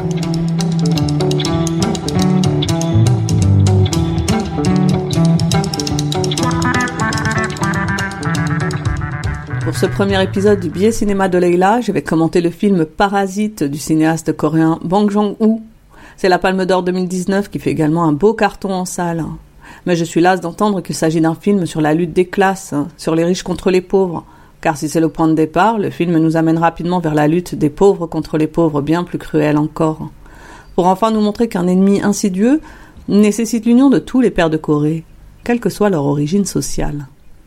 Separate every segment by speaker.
Speaker 1: Pour ce premier épisode du Billet Cinéma de Leila, je vais commenter le film Parasite du cinéaste coréen Bong Joon-ho. C'est la Palme d'Or 2019 qui fait également un beau carton en salle. Mais je suis lasse d'entendre qu'il s'agit d'un film sur la lutte des classes, sur les riches contre les pauvres. Car si c'est le point de départ, le film nous amène rapidement vers la lutte des pauvres contre les pauvres, bien plus cruelle encore. Pour enfin nous montrer qu'un ennemi insidieux nécessite l'union de tous les pères de Corée, quelle que soit leur origine sociale.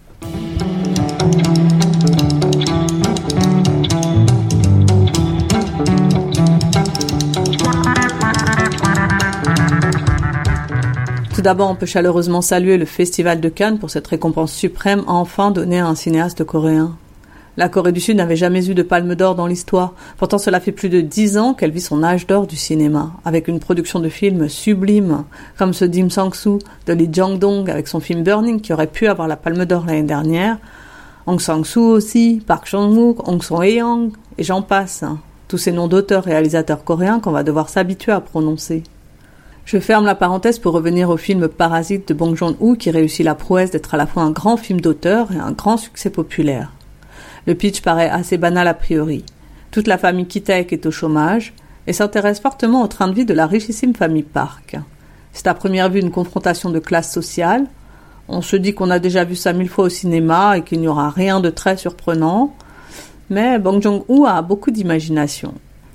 Speaker 1: Tout d'abord, on peut chaleureusement saluer le Festival de Cannes pour cette récompense suprême enfin donnée à un cinéaste coréen. La Corée du Sud n'avait jamais eu de palme d'or dans l'histoire. Pourtant, cela fait plus de 10 ans qu'elle vit son âge d'or du cinéma, avec une production de films sublime, comme ce Dim Sang-soo de Lee Jang-dong avec son film Burning qui aurait pu avoir la palme d'or l'année dernière. Hong Sang-soo aussi, Park Chan-wook, Hong Song-hyeong, et j'en passe. Tous ces noms d'auteurs réalisateurs coréens qu'on va devoir s'habituer à prononcer. Je ferme la parenthèse pour revenir au film Parasite de Bong Joon-ho qui réussit la prouesse d'être à la fois un grand film d'auteur et un grand succès populaire. Le pitch paraît assez banal a priori. Toute la famille Ki-taek est au chômage et s'intéresse fortement au train de vie de la richissime famille Park. C'est à première vue une confrontation de classe sociale. On se dit qu'on a déjà vu ça 1000 fois au cinéma et qu'il n'y aura rien de très surprenant. Mais Bong Joon-ho a beaucoup d'imagination.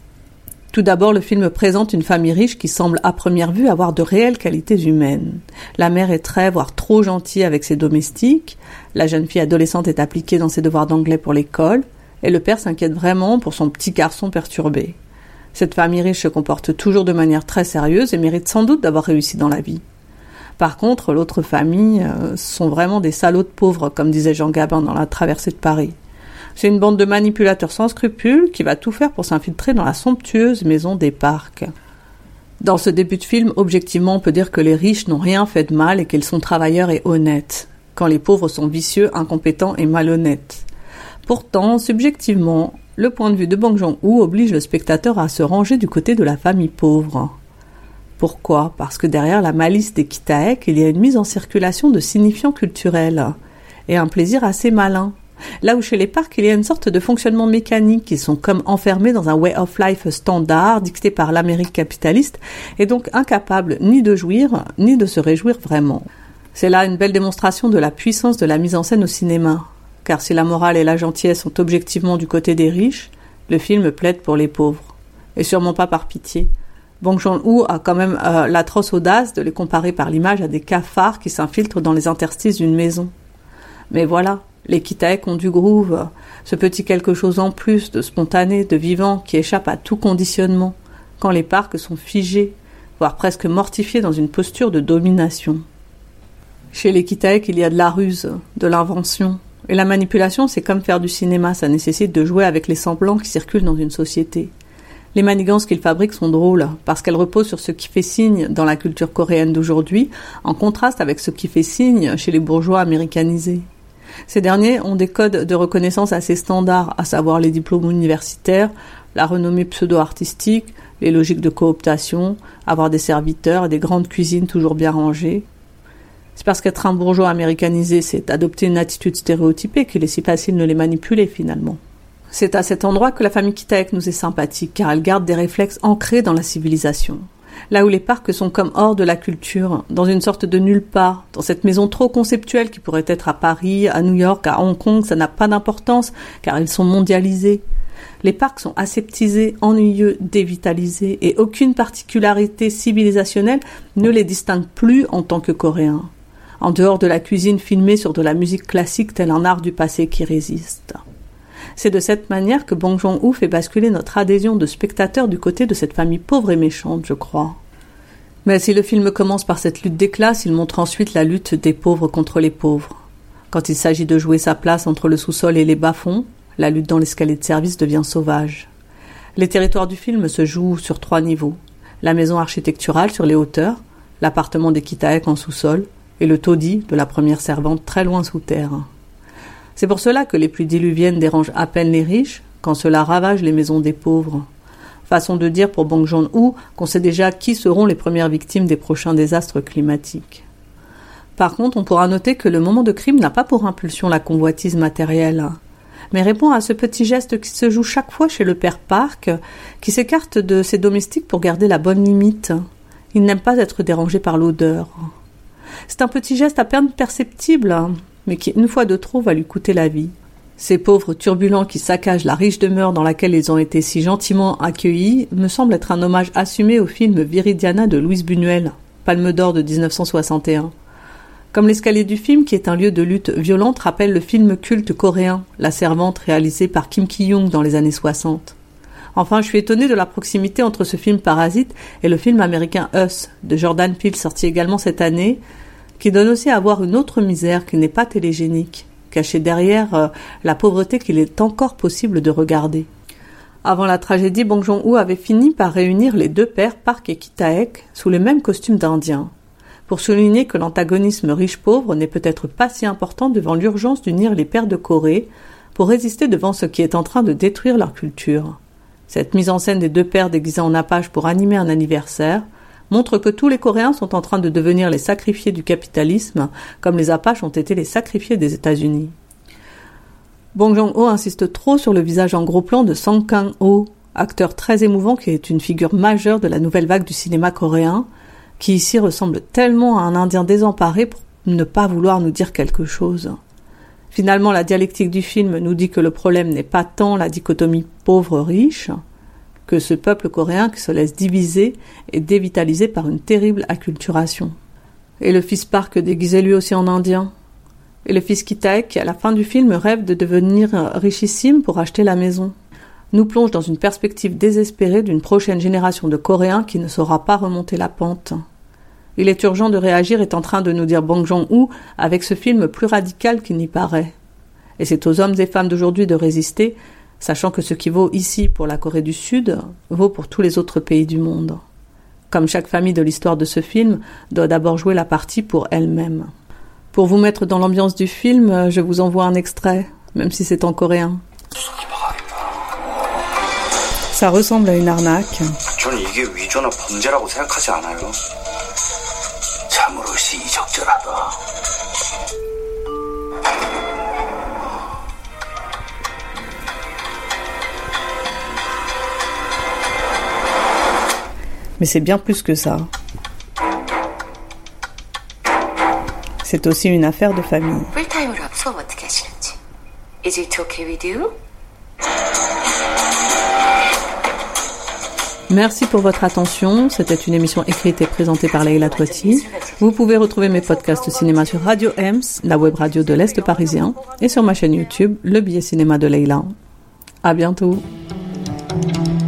Speaker 1: Tout d'abord, le film présente une famille riche qui semble à première vue avoir de réelles qualités humaines. La mère est très, voire trop gentille avec ses domestiques, la jeune fille adolescente est appliquée dans ses devoirs d'anglais pour l'école, et le père s'inquiète vraiment pour son petit garçon perturbé. Cette famille riche se comporte toujours de manière très sérieuse et mérite sans doute d'avoir réussi dans la vie. Par contre, l'autre famille sont vraiment des salauds de pauvres, comme disait Jean Gabin dans La Traversée de Paris. C'est une bande de manipulateurs sans scrupules qui va tout faire pour s'infiltrer dans la somptueuse maison des Park. Dans ce début de film, objectivement, on peut dire que les riches n'ont rien fait de mal et qu'ils sont travailleurs et honnêtes, quand les pauvres sont vicieux, incompétents et malhonnêtes. Pourtant, subjectivement, le point de vue de Bong Joon-ho oblige le spectateur à se ranger du côté de la famille pauvre. Pourquoi ? Parce que derrière la malice des Ki-taek, il y a une mise en circulation de signifiants culturels et un plaisir assez malin. Là où chez les Park, il y a une sorte de fonctionnement mécanique, ils sont comme enfermés dans un way of life standard dicté par l'Amérique capitaliste et donc incapables ni de jouir ni de se réjouir vraiment. C'est là une belle démonstration de la puissance de la mise en scène au cinéma, car si la morale et la gentillesse sont objectivement du côté des riches, le film plaide pour les pauvres, et sûrement pas par pitié. Bong Joon-ho a quand même l'atroce audace de les comparer par l'image à des cafards qui s'infiltrent dans les interstices d'une maison. Mais voilà, les Ki-taek ont du groove, ce petit quelque chose en plus de spontané, de vivant, qui échappe à tout conditionnement, quand les Park sont figés, voire presque mortifiés dans une posture de domination. Chez les Ki-taek, il y a de la ruse, de l'invention, et la manipulation, c'est comme faire du cinéma, ça nécessite de jouer avec les semblants qui circulent dans une société. Les manigances qu'ils fabriquent sont drôles, parce qu'elles reposent sur ce qui fait signe dans la culture coréenne d'aujourd'hui, en contraste avec ce qui fait signe chez les bourgeois américanisés. Ces derniers ont des codes de reconnaissance assez standards, à savoir les diplômes universitaires, la renommée pseudo-artistique, les logiques de cooptation, avoir des serviteurs et des grandes cuisines toujours bien rangées. C'est parce qu'être un bourgeois américanisé, c'est adopter une attitude stéréotypée qu'il est si facile de les manipuler finalement. C'est à cet endroit que la famille Ki-taek nous est sympathique, car elle garde des réflexes ancrés dans la civilisation. Là où les Park sont comme hors de la culture, dans une sorte de nulle part, dans cette maison trop conceptuelle qui pourrait être à Paris, à New York, à Hong Kong, ça n'a pas d'importance, car ils sont mondialisés. Les Park sont aseptisés, ennuyeux, dévitalisés, et aucune particularité civilisationnelle ne les distingue plus en tant que Coréens. En dehors de la cuisine filmée sur de la musique classique tel un art du passé qui résiste. C'est de cette manière que Bong Joon-ho fait basculer notre adhésion de spectateurs du côté de cette famille pauvre et méchante, je crois. Mais si le film commence par cette lutte des classes, il montre ensuite la lutte des pauvres contre les pauvres. Quand il s'agit de jouer sa place entre le sous-sol et les bas-fonds, la lutte dans l'escalier de service devient sauvage. Les territoires du film se jouent sur 3 niveaux. La maison architecturale sur les hauteurs, l'appartement des Ki-taek en sous-sol, et le taudis de la première servante très loin sous terre. C'est pour cela que les pluies diluviennes dérangent à peine les riches, quand cela ravage les maisons des pauvres. Façon de dire pour Bong Joon-ho qu'on sait déjà qui seront les premières victimes des prochains désastres climatiques. Par contre, on pourra noter que le moment de crime n'a pas pour impulsion la convoitise matérielle, mais répond à ce petit geste qui se joue chaque fois chez le père Park, qui s'écarte de ses domestiques pour garder la bonne limite. Il n'aime pas être dérangé par l'odeur. C'est un petit geste à peine perceptible, mais qui, une fois de trop, va lui coûter la vie. Ces pauvres turbulents qui saccagent la riche demeure dans laquelle ils ont été si gentiment accueillis me semble être un hommage assumé au film Viridiana de Louise Buñuel, Palme d'Or de 1961. Comme l'escalier du film, qui est un lieu de lutte violente, rappelle le film culte coréen, La Servante, réalisé par Kim Ki-young dans les années 60. Enfin, je suis étonnée de la proximité entre ce film Parasite et le film américain Us, de Jordan Peele, sorti également cette année, qui donne aussi à voir une autre misère qui n'est pas télégénique, cachée derrière la pauvreté qu'il est encore possible de regarder. Avant la tragédie, Bong Joon-ho avait fini par réunir les deux pères, Park et Ki-taek, sous les mêmes costumes d'indiens, pour souligner que l'antagonisme riche-pauvre n'est peut-être pas si important devant l'urgence d'unir les pères de Corée pour résister devant ce qui est en train de détruire leur culture. Cette mise en scène des deux pères déguisés en Apaches pour animer un anniversaire montre que tous les Coréens sont en train de devenir les sacrifiés du capitalisme, comme les Apaches ont été les sacrifiés des États-Unis. Bong Joon-ho insiste trop sur le visage en gros plan de Song Kang-ho, acteur très émouvant qui est une figure majeure de la nouvelle vague du cinéma coréen, qui ici ressemble tellement à un Indien désemparé pour ne pas vouloir nous dire quelque chose. Finalement, la dialectique du film nous dit que le problème n'est pas tant la dichotomie pauvre-riche, que ce peuple coréen qui se laisse diviser et dévitaliser par une terrible acculturation. Et le fils Park déguisé lui aussi en indien. Et le fils Ki-taek qui à la fin du film rêve de devenir richissime pour acheter la maison. Nous plonge dans une perspective désespérée d'une prochaine génération de Coréens qui ne saura pas remonter la pente. Il est urgent de réagir, est en train de nous dire Bong Joon-ho avec ce film plus radical qu'il n'y paraît. Et c'est aux hommes et femmes d'aujourd'hui de résister, sachant que ce qui vaut ici pour la Corée du Sud vaut pour tous les autres pays du monde. Comme chaque famille de l'histoire de ce film doit d'abord jouer la partie pour elle-même. Pour vous mettre dans l'ambiance du film, je vous envoie un extrait, même si c'est en coréen. Ça ressemble à une arnaque.
Speaker 2: 저는 이게 위조나 범죄라고 생각하지 않아요. 참으로 시의적절하다.
Speaker 1: Mais c'est bien plus que ça. C'est aussi une affaire de famille.
Speaker 3: 풀타임으로 수업 어떻게 하시는지. Is it okay with you?
Speaker 1: Merci pour votre attention. C'était une émission écrite et présentée par Leïla Touati. Vous pouvez retrouver mes podcasts cinéma sur Radio Ems, la web radio de l'Est parisien, et sur ma chaîne YouTube, Le Billet Cinéma de Leïla. À bientôt.